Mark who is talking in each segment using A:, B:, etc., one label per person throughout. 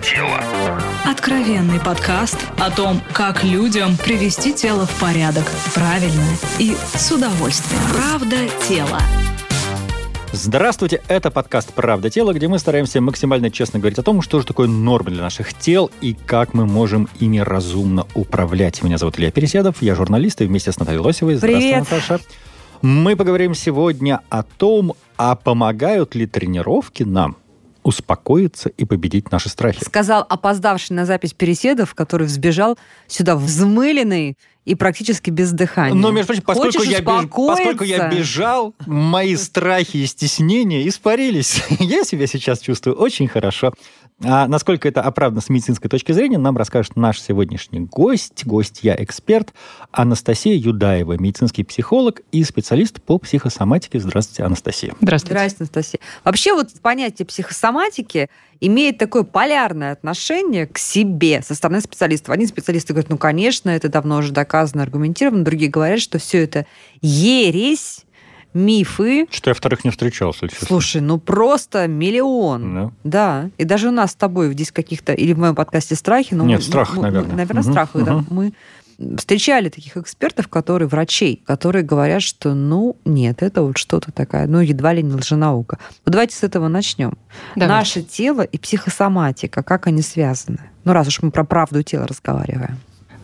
A: тело».
B: Откровенный подкаст о том, как людям привести тело в порядок правильно и с удовольствием. Правда тело.
C: Здравствуйте, это подкаст «Правда тела», где мы стараемся максимально честно говорить о том, что же такое нормы для наших тел и как мы можем ими разумно управлять. Меня зовут Илья Переседов, я журналист, и вместе с Натальей Лосевой.
B: Привет.
C: Здравствуй, Наташа. Мы поговорим сегодня о том, а помогают ли тренировки нам успокоиться и победить наши страхи.
D: Сказал опоздавший на запись Переседов, который взбежал сюда взмыленный и практически без дыхания.
C: Но, между прочим, поскольку я бежал, мои страхи и стеснения испарились. Я себя сейчас чувствую очень хорошо. А насколько это оправдано с медицинской точки зрения, нам расскажет наш сегодняшний гость, эксперт Анастасия Юдаева, медицинский психолог и специалист по психосоматике. Здравствуйте, Анастасия.
D: Здравствуйте, Анастасия. Вообще вот понятие психосоматики имеет такое полярное отношение к себе со стороны специалистов. Одни специалисты говорят, ну, конечно, это давно уже доказано, аргументировано. Другие говорят, что все это ересь, мифы.
C: Что я вторых не встречал, если честно.
D: Слушай, ну просто миллион.
C: Да.
D: Да. И даже у нас с тобой здесь каких-то, или в моем подкасте «Страхи».
C: Нет, «Страх», наверное.
D: Наверное, «Страх». Да, мы встречали таких экспертов, врачей, которые говорят, что, нет, это вот что-то такое, едва ли не лженаука. Вот давайте с этого начнем.
E: Давайте.
D: Наше тело и психосоматика, как они связаны? Раз уж мы про правду тела разговариваем.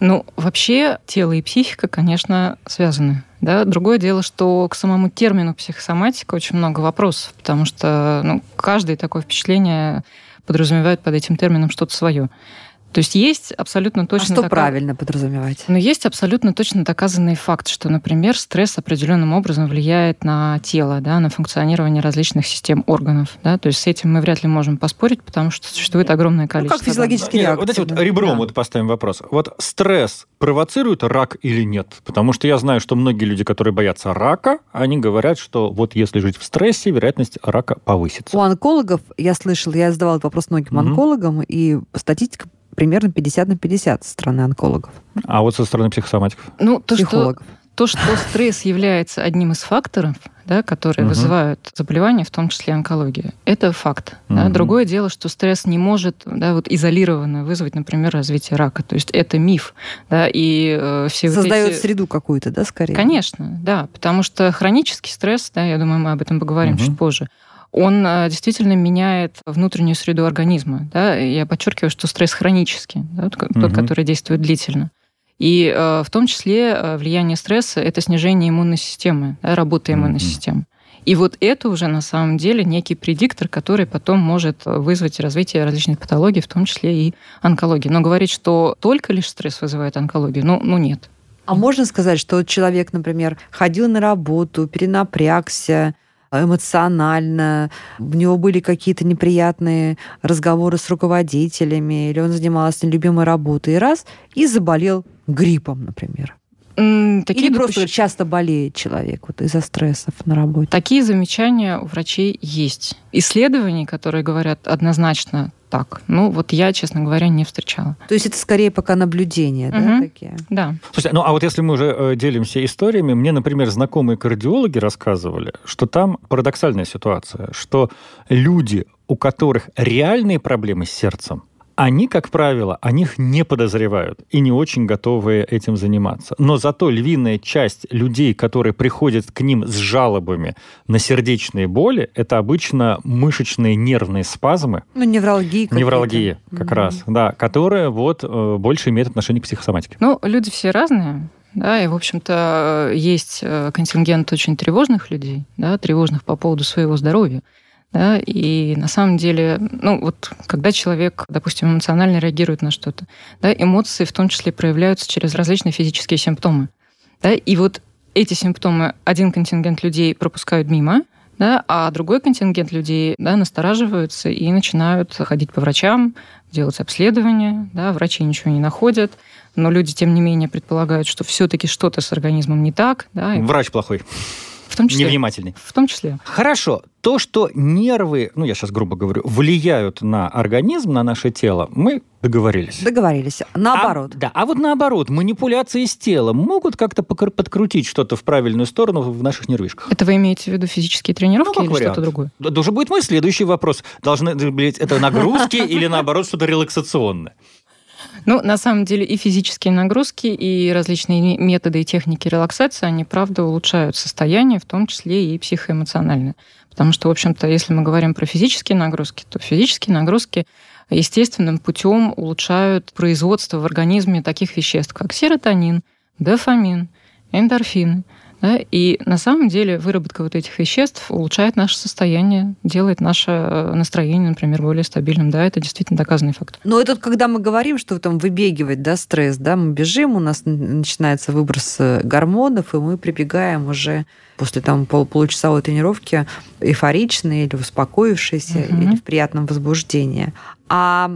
E: Вообще тело и психика, конечно, связаны. Да? Другое дело, что к самому термину психосоматика очень много вопросов, потому что каждое такое впечатление подразумевает под этим термином что-то свое. То есть есть абсолютно точно...
D: что правильно подразумевать?
E: Есть абсолютно точно доказанный факт, что, например, стресс определенным образом влияет на тело, да, на функционирование различных систем органов. Да? То есть с этим мы вряд ли можем поспорить, потому что существует огромное количество...
D: Как физиологические реакции.
C: Вот эти ребром поставим вопрос. Вот стресс провоцирует рак или нет? Потому что я знаю, что многие люди, которые боятся рака, они говорят, что вот если жить в стрессе, вероятность рака повысится.
D: У онкологов, я слышала, я задавала этот вопрос многим онкологам, и статистика примерно 50 на 50 со стороны онкологов.
C: А вот со стороны психосоматиков?
D: Психологов.
E: То, что стресс является одним из факторов, да, которые вызывают заболевания, в том числе онкологию, это факт. Да. Другое дело, что стресс не может изолированно вызвать, например, развитие рака. То есть это миф. Да, и все
D: создает среду какую-то, да, скорее?
E: Конечно, да. Потому что хронический стресс, да, я думаю, мы об этом поговорим чуть позже, он действительно меняет внутреннюю среду организма. Да? Я подчеркиваю, что стресс хронический, да, тот, который действует длительно. И в том числе влияние стресса – это снижение иммунной системы, да, работы иммунной системы. И вот это уже на самом деле некий предиктор, который потом может вызвать развитие различных патологий, в том числе и онкологии. Но говорить, что только лишь стресс вызывает онкологию, нет.
D: А можно сказать, что человек, например, ходил на работу, перенапрягся, эмоционально, у него были какие-то неприятные разговоры с руководителями, или он занимался нелюбимой работой, и заболел гриппом, например. Или просто часто болеет человек из-за стрессов на работе.
E: Такие замечания у врачей есть. Исследований, которые говорят однозначно так, я, честно говоря, не встречала.
D: То есть это скорее пока наблюдения, да, такие?
E: Да.
C: Слушайте, а вот если мы уже делимся историями, мне, например, знакомые кардиологи рассказывали, что там парадоксальная ситуация, что люди, у которых реальные проблемы с сердцем, они, как правило, о них не подозревают и не очень готовы этим заниматься. Но зато львиная часть людей, которые приходят к ним с жалобами на сердечные боли, это обычно мышечные нервные спазмы.
D: Невралгия.
C: Невралгия, как раз, да, которые больше имеют отношение к психосоматике.
E: Люди все разные. Да, и, в общем-то, есть контингент очень тревожных людей, да, тревожных по поводу своего здоровья. Да, и на самом деле, когда человек, допустим, эмоционально реагирует на что-то, да, эмоции в том числе проявляются через различные физические симптомы. Да, и вот эти симптомы один контингент людей пропускают мимо, да, а другой контингент людей, да, настораживаются и начинают ходить по врачам, делать обследования, да, врачи ничего не находят, но люди, тем не менее, предполагают, что все-таки что-то с организмом не так. Да,
C: Врач плохой.
E: В том числе.
C: Невнимательный.
E: В том числе.
C: Хорошо. То, что нервы, я сейчас грубо говорю, влияют на организм, на наше тело, мы договорились.
D: Договорились. Наоборот.
C: А вот наоборот, манипуляции с телом могут как-то подкрутить что-то в правильную сторону в наших нервишках?
E: Это вы имеете в виду физические тренировки или что-то другое?
C: Это уже будет мой следующий вопрос. Должны быть это нагрузки или, наоборот, что-то релаксационное?
E: На самом деле и физические нагрузки, и различные методы и техники релаксации, они, правда, улучшают состояние, в том числе и психоэмоциональное. Потому что, в общем-то, если мы говорим про физические нагрузки, то физические нагрузки естественным путем улучшают производство в организме таких веществ, как серотонин, дофамин, эндорфины. Да? И на самом деле выработка вот этих веществ улучшает наше состояние, делает наше настроение, например, более стабильным. Да, это действительно доказанный факт.
D: Но это когда мы говорим, что там выбегивать, да, стресс, да, мы бежим, у нас начинается выброс гормонов, и мы прибегаем уже после там получасовой тренировки эйфоричные или успокоившиеся, или в приятном возбуждении. А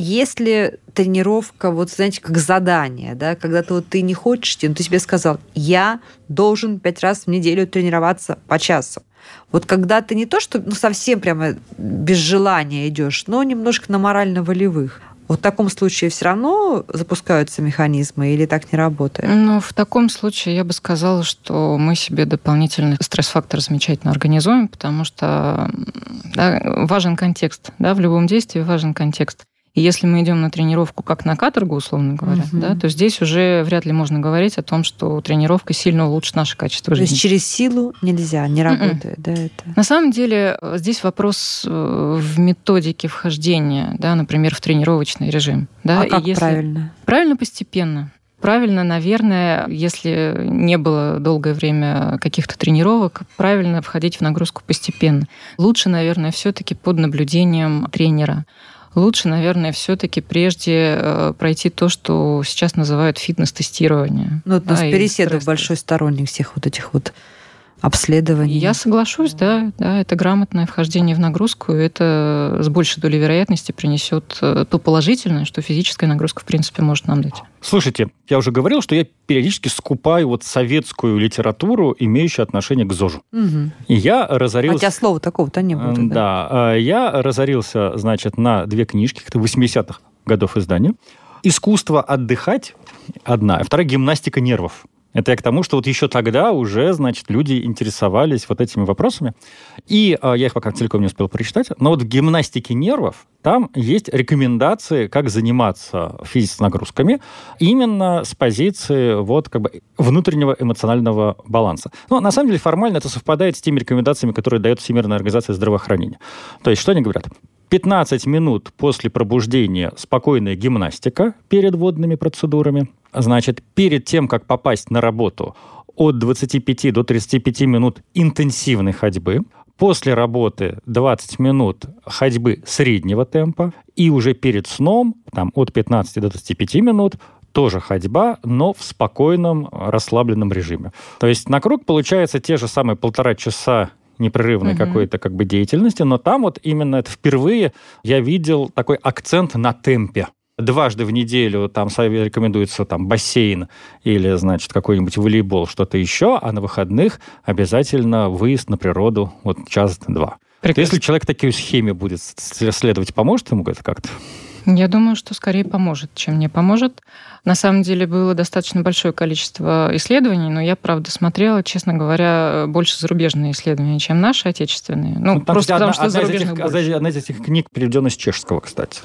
D: если тренировка, вот знаете, как задание, да, когда ты не хочешь, ты себе сказал, я должен 5 раз в неделю тренироваться по часу. Вот когда ты не то, что совсем прямо без желания идешь, но немножко на морально-волевых. Вот в таком случае все равно запускаются механизмы или так не работает?
E: В таком случае я бы сказала, что мы себе дополнительный стресс-фактор замечательно организуем, потому что важен контекст. Да, в любом действии важен контекст. И если мы идем на тренировку как на каторгу, условно говоря, то здесь уже вряд ли можно говорить о том, что тренировка сильно улучшит наше качество жизни.
D: То есть через силу нельзя, не работает, да, это?
E: На самом деле здесь вопрос в методике вхождения, да, например, в тренировочный режим. Да,
D: как правильно?
E: Правильно постепенно. Правильно, наверное, если не было долгое время каких-то тренировок, правильно входить в нагрузку постепенно. Лучше, наверное, все-таки под наблюдением тренера. Лучше, наверное, все-таки прежде пройти то, что сейчас называют фитнес-тестирование.
D: У нас Переседов большой сторонник всех вот этих вот обследований.
E: Я соглашусь, да, это грамотное вхождение в нагрузку, и это с большей долей вероятности принесет то положительное, что физическая нагрузка, в принципе, может нам дать.
C: Слушайте, я уже говорил, что я периодически скупаю советскую литературу, имеющую отношение к ЗОЖу. И я разорился...
D: Хотя слова такого-то не было.
C: Да, я разорился, на 2 книжки, 80-х годов издания. «Искусство отдыхать» одна, а вторая «Гимнастика нервов». Это я к тому, что еще тогда уже, люди интересовались вот этими вопросами. И я их пока целиком не успел прочитать. Но вот в гимнастике нервов там есть рекомендации, как заниматься физическими нагрузками именно с позиции внутреннего эмоционального баланса. Но на самом деле формально это совпадает с теми рекомендациями, которые дает Всемирная организация здравоохранения. То есть что они говорят? 15 минут после пробуждения спокойная гимнастика перед водными процедурами. Перед тем, как попасть на работу, от 25 до 35 минут интенсивной ходьбы. После работы 20 минут ходьбы среднего темпа. И уже перед сном, от 15 до 25 минут, тоже ходьба, но в спокойном, расслабленном режиме. То есть на круг получается те же самые 1,5 часа непрерывной какой-то деятельности, но там именно это впервые я видел такой акцент на темпе. 2 раза в неделю там рекомендуется бассейн или, какой-нибудь волейбол, что-то еще, а на выходных обязательно выезд на природу 1-2 часа. Если человек такой схеме будет следовать, поможет ему это как-то?
E: Я думаю, что скорее поможет, чем не поможет. На самом деле было достаточно большое количество исследований, но я, правда, смотрела, честно говоря, больше зарубежные исследования, чем наши отечественные. Просто потому что зарубежных больше.
C: Одна из этих книг переведена с чешского, кстати.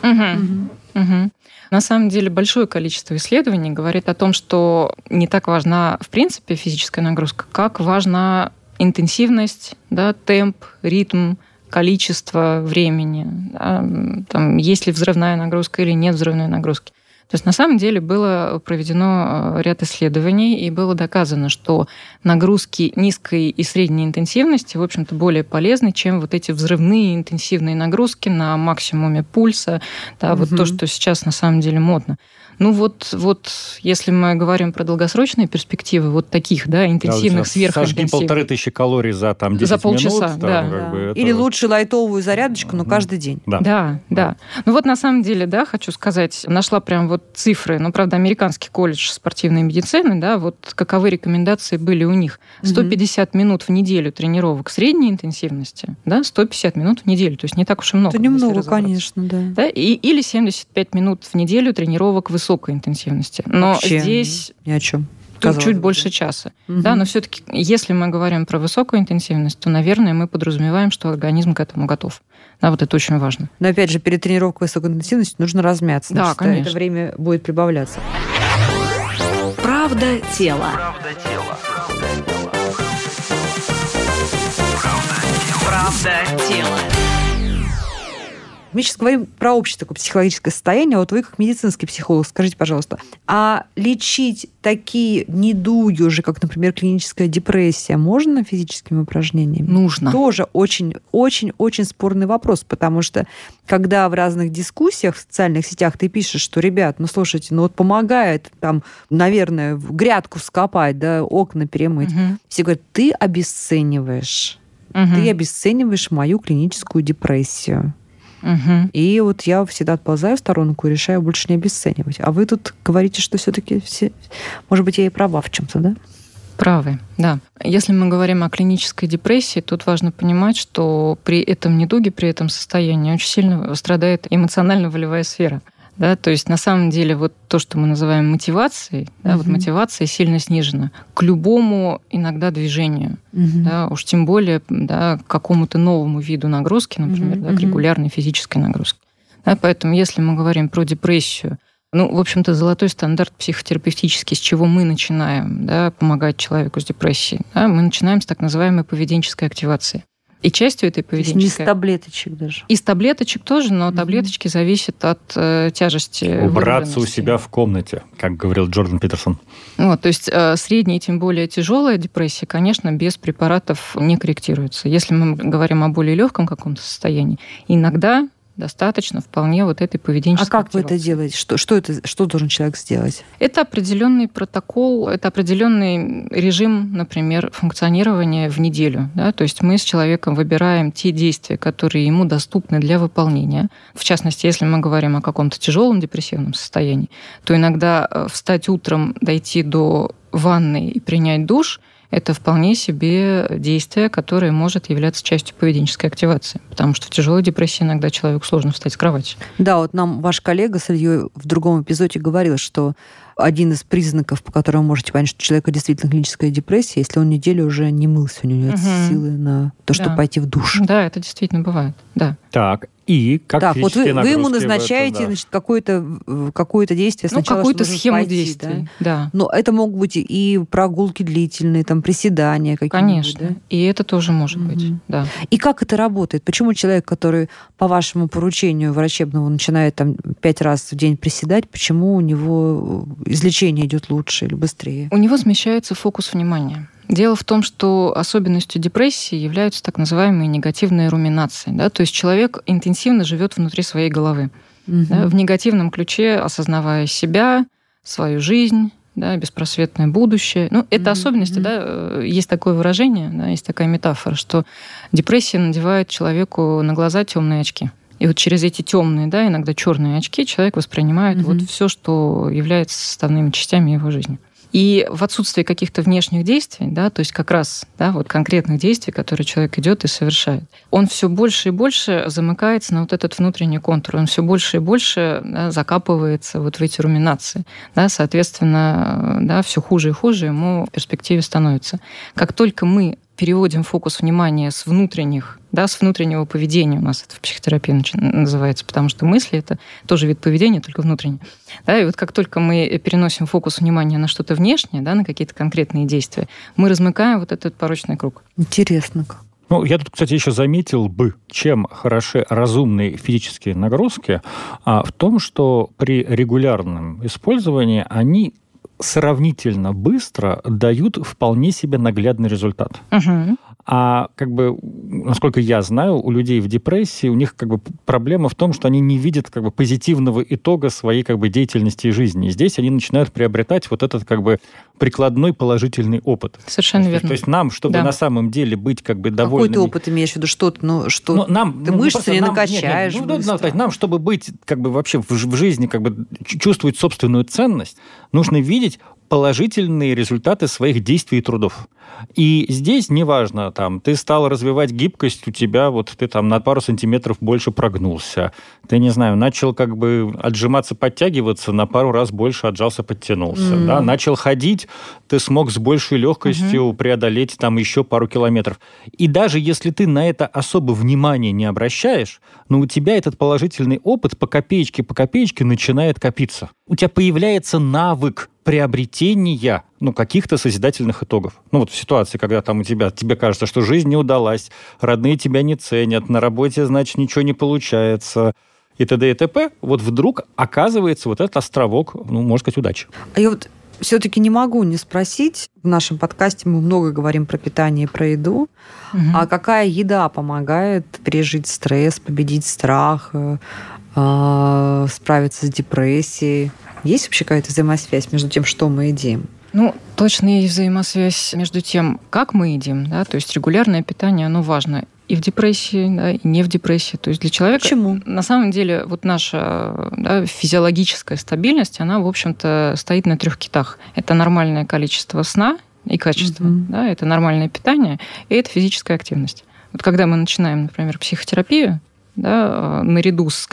E: На самом деле большое количество исследований говорит о том, что не так важна, в принципе, физическая нагрузка, как важна интенсивность, темп, ритм, количество времени, есть ли взрывная нагрузка или нет взрывной нагрузки. То есть на самом деле было проведено ряд исследований, и было доказано, что нагрузки низкой и средней интенсивности, в общем-то, более полезны, чем вот эти взрывные интенсивные нагрузки на максимуме пульса, то, что сейчас на самом деле модно. Если мы говорим про долгосрочные перспективы, вот таких, да, интенсивных, сверхинтенсивных.
C: Сожги 1500 калорий за 10
E: за полчаса,
C: минут.
E: Да.
D: Или лучше лайтовую зарядочку, но каждый день.
E: Да. На самом деле, да, хочу сказать, нашла прям вот цифры, правда, Американский колледж спортивной медицины, да, вот каковы рекомендации были у них. 150 минут в неделю тренировок средней интенсивности, да, 150 минут в неделю, то есть не так уж и много.
D: Это немного, конечно, да.
E: Или 75 минут в неделю тренировок высокой интенсивности. Но
D: вообще
E: здесь
D: ни о чем.
E: Тут чуть больше часа. Да, но все-таки, если мы говорим про высокую интенсивность, то, наверное, мы подразумеваем, что организм к этому готов. Да, вот это очень важно.
D: Но опять же, перед тренировкой высокой интенсивности нужно размяться.
E: Да, конечно.
D: Это время будет прибавляться.
B: Правда тела. Правда тела.
D: Мы сейчас говорим про общее такое психологическое состояние. Вот вы, как медицинский психолог, скажите, пожалуйста, а лечить такие недуги уже, как, например, клиническая депрессия, можно физическими упражнениями?
E: Нужно.
D: Тоже очень-очень-очень спорный вопрос, потому что когда в разных дискуссиях в социальных сетях ты пишешь, что, ребят, слушайте, помогает там, наверное, грядку вскопать, да, окна перемыть. Все говорят, ты обесцениваешь. Ты обесцениваешь мою клиническую депрессию. И вот я всегда отползаю в сторонку и решаю больше не обесценивать. А вы тут говорите, что все-таки все... Может быть, я и права в чем-то, да?
E: Правы, да. Если мы говорим о клинической депрессии, тут важно понимать, что при этом недуге, при этом состоянии очень сильно страдает эмоционально-волевая сфера. Да, то есть на самом деле вот то, что мы называем мотивацией, да, вот мотивация сильно снижена к любому иногда движению, да, уж тем более к какому-то новому виду нагрузки, например, к регулярной физической нагрузке. Да, поэтому если мы говорим про депрессию, в общем-то, золотой стандарт психотерапевтический, с чего мы начинаем, да, помогать человеку с депрессией, да, мы начинаем с так называемой поведенческой активации. И частью этой поведенческой...
D: Не из таблеточек даже.
E: Из таблеточек тоже, но таблеточки зависят от тяжести.
C: Убраться у себя в комнате, как говорил Джордан Питерсон.
E: То есть средняя, тем более тяжелая депрессия, конечно, без препаратов не корректируется. Если мы говорим о более легком каком-то состоянии, иногда достаточно вполне вот этой поведенческой
D: активации. А как
E: активации.
D: вы это делаете? Что должен человек сделать?
E: Это определенный протокол, это определенный режим, например, функционирования в неделю. Да? То есть мы с человеком выбираем те действия, которые ему доступны для выполнения. В частности, если мы говорим о каком-то тяжелом депрессивном состоянии, то иногда встать утром, дойти до ванной и принять душ – это вполне себе действие, которое может являться частью поведенческой активации. Потому что в тяжелой депрессии иногда человеку сложно встать с кровати.
D: Да, вот нам ваш коллега с Ильей в другом эпизоде говорил, что один из признаков, по которым вы можете понять, что у человека действительно клиническая депрессия, если он неделю уже не мылся, у него нет силы на то, чтобы пойти в душ.
E: Да, это действительно бывает. Да.
C: Так, и как
D: так, вот вы ему
C: это,
D: назначаете,
C: да.
D: значит, какое-то действие сначала,
E: какую-то схему
D: пойти,
E: действий. Да.
D: Но это могут быть и прогулки длительные, там приседания какие-нибудь.
E: Конечно.
D: Да?
E: И это тоже может быть. Да.
D: И как это работает? Почему человек, который по вашему поручению врачебному начинает 5 раз в день приседать, почему у него излечение идет лучше или быстрее?
E: У него смещается фокус внимания. Дело в том, что особенностью депрессии являются так называемые негативные руминации. Да? То есть человек интенсивно живет внутри своей головы. Да? В негативном ключе, осознавая себя, свою жизнь, да, беспросветное будущее. Это особенности, да, есть такое выражение, да, есть такая метафора, что депрессия надевает человеку на глаза темные очки. И вот через эти темные, да, иногда черные очки человек воспринимает вот все, что является составными частями его жизни. И в отсутствии каких-то внешних действий, да, то есть как раз, да, вот конкретных действий, которые человек идет и совершает, он все больше и больше замыкается на вот этот внутренний контур, он все больше и больше, да, закапывается вот в эти руминации, да, соответственно, да, все хуже и хуже ему в перспективе становится. Как только мы переводим фокус внимания с внутренних, да, с внутреннего поведения, у нас это в психотерапии называется, потому что мысли — это тоже вид поведения, только внутренний. Да, и вот как только мы переносим фокус внимания на что-то внешнее, да, на какие-то конкретные действия, мы размыкаем вот этот порочный круг.
D: Интересно как.
C: Я тут, кстати, еще заметил бы, чем хороши разумные физические нагрузки, в том, что при регулярном использовании они сравнительно быстро дают вполне себе наглядный результат. А как бы, насколько я знаю, у людей в депрессии, у них как бы проблема в том, что они не видят как бы позитивного итога своей как бы деятельности и жизни. И здесь они начинают приобретать вот этот как бы прикладной положительный опыт.
E: Совершенно верно.
C: То есть нам, чтобы на самом деле быть как бы довольными...
D: Какой ты опыт имеешь в виду? Что-то, ты мышцы не накачаешь.
C: Нам, чтобы быть как бы вообще в жизни, как бы чувствовать собственную ценность, нужно видеть положительные результаты своих действий и трудов. И здесь неважно, там, ты стал развивать гибкость, у тебя вот ты там на пару сантиметров больше прогнулся. Ты, не знаю, начал как бы отжиматься, подтягиваться, на пару раз больше отжался, подтянулся. Да? Начал ходить, ты смог с большей легкостью преодолеть там еще пару километров. И даже если ты на это особо внимания не обращаешь, но у тебя этот положительный опыт по копеечке начинает копиться. У тебя появляется навык приобретения каких-то созидательных итогов. Вот в ситуации, когда там тебе кажется, что жизнь не удалась, родные тебя не ценят, на работе, значит, ничего не получается, и т.д. и т.п., вот вдруг оказывается вот этот островок, можно сказать, удачи.
D: А я вот все-таки не могу не спросить, в нашем подкасте мы много говорим про питание и про еду, а какая еда помогает пережить стресс, победить страх, справиться с депрессией? Есть вообще какая-то взаимосвязь между тем, что мы едим?
E: Точно есть взаимосвязь между тем, как мы едим, да, то есть регулярное питание, оно важно и в депрессии, да, и не в депрессии. То есть для человека...
D: Почему?
E: На самом деле вот наша физиологическая стабильность, она, в общем-то, стоит на 3 китах. Это нормальное количество сна и качество, да, это нормальное питание, и это физическая активность. Вот когда мы начинаем, например, психотерапию, да, наряду с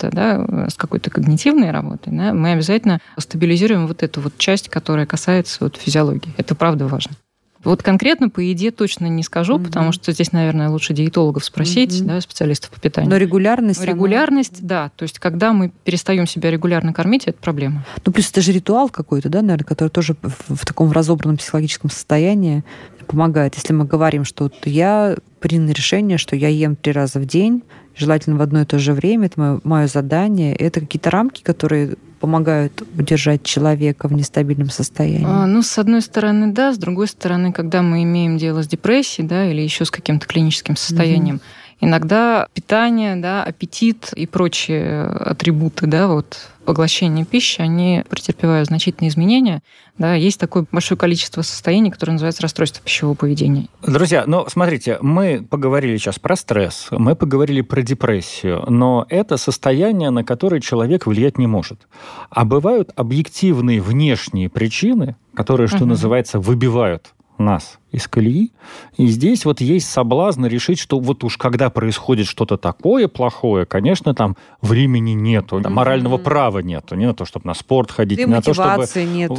E: с какой-то когнитивной работой, да, мы обязательно стабилизируем вот эту вот часть, которая касается физиологии. Это правда важно. Вот конкретно по еде точно не скажу, потому что здесь, наверное, лучше диетологов спросить, да, специалистов по питанию.
D: Но регулярность...
E: Регулярность, да. То есть когда мы перестаем себя регулярно кормить, это проблема.
D: Плюс это же ритуал какой-то, да, наверное, который тоже в таком разобранном психологическом состоянии помогает. Если мы говорим, что я принял решение, что я ем 3 раза в день, желательно в одно и то же время, это мое задание, это какие-то рамки, которые помогают удержать человека в нестабильном состоянии?
E: С одной стороны, да, с другой стороны, когда мы имеем дело с депрессией, да, или еще с каким-то клиническим состоянием, иногда питание, да, аппетит и прочие атрибуты, да, поглощения пищи, они претерпевают значительные изменения. Да, есть такое большое количество состояний, которое называется расстройство пищевого поведения.
C: Друзья, смотрите, мы поговорили сейчас про стресс, мы поговорили про депрессию, но это состояние, на которое человек влиять не может. А бывают объективные внешние причины, которые, что называется, выбивают нас из колеи. И здесь есть соблазн решить, что уж когда происходит что-то такое плохое, конечно, там времени нету, морального права нету. Не на то, чтобы на спорт ходить,
D: и
C: не на то, чтобы
D: нету,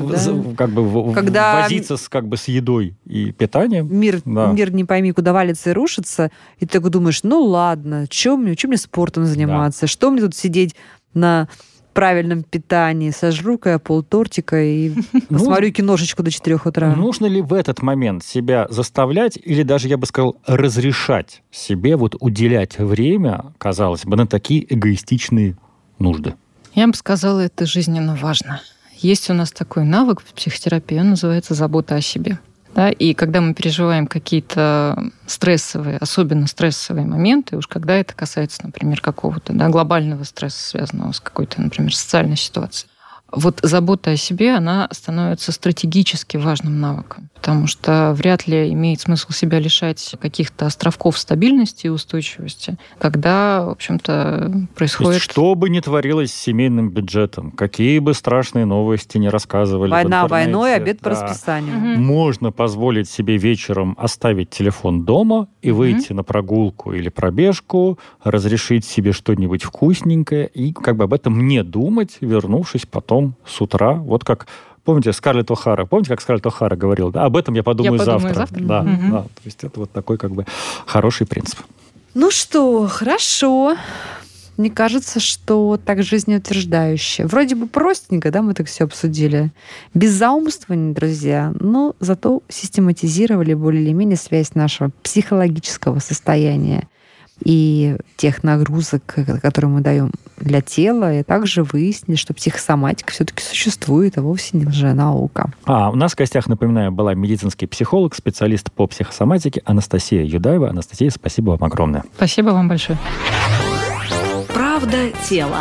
C: да? Возиться с едой и питанием.
D: Мир не пойми, куда валится и рушится. И ты такой думаешь, ладно, чем мне спортом заниматься? Что мне тут сидеть на правильном питании, сожру-ка я полтортика и посмотрю киношечку до 4 утра.
C: Нужно ли в этот момент себя заставлять или даже, я бы сказал, разрешать себе уделять время, казалось бы, на такие эгоистичные нужды?
E: Я бы сказала, это жизненно важно. Есть у нас такой навык в психотерапии, он называется «забота о себе». Да, и когда мы переживаем какие-то стрессовые, особенно стрессовые моменты, уж когда это касается, например, какого-то глобального стресса, связанного с какой-то, например, социальной ситуацией, забота о себе, она становится стратегически важным навыком, потому что вряд ли имеет смысл себя лишать каких-то островков стабильности и устойчивости, когда, в общем-то, происходит...
C: Что бы ни творилось с семейным бюджетом, какие бы страшные новости не рассказывали в интернете,
D: войной, обед по расписанию.
C: Можно позволить себе вечером оставить телефон дома и выйти на прогулку или пробежку, разрешить себе что-нибудь вкусненькое и об этом не думать, вернувшись потом с утра. Как, помните, Скарлетт О'Хара? Помните, как Скарлетт О'Хара говорила? Да, об этом я подумаю завтра. Да, да. То есть это такой хороший принцип.
D: Что, хорошо. Мне кажется, что так жизнеутверждающе. Вроде бы простенько, да, мы так все обсудили. Без заумствований, друзья, но зато систематизировали более или менее связь нашего психологического состояния и тех нагрузок, которые мы даем для тела, и также выяснили, что психосоматика все-таки существует, а вовсе не лженаука.
C: У нас в гостях, напоминаю, была медицинский психолог, специалист по психосоматике Анастасия Юдаева. Анастасия, спасибо вам огромное.
E: Спасибо вам большое.
B: Правда тела.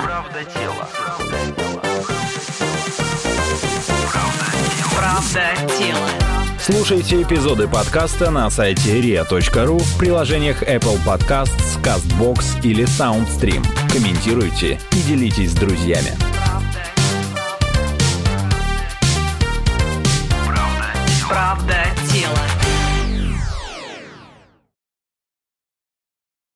B: Правда тела.
A: Слушайте эпизоды подкаста на сайте ria.ru, в приложениях Apple Podcasts, CastBox или SoundStream. Комментируйте и делитесь с друзьями.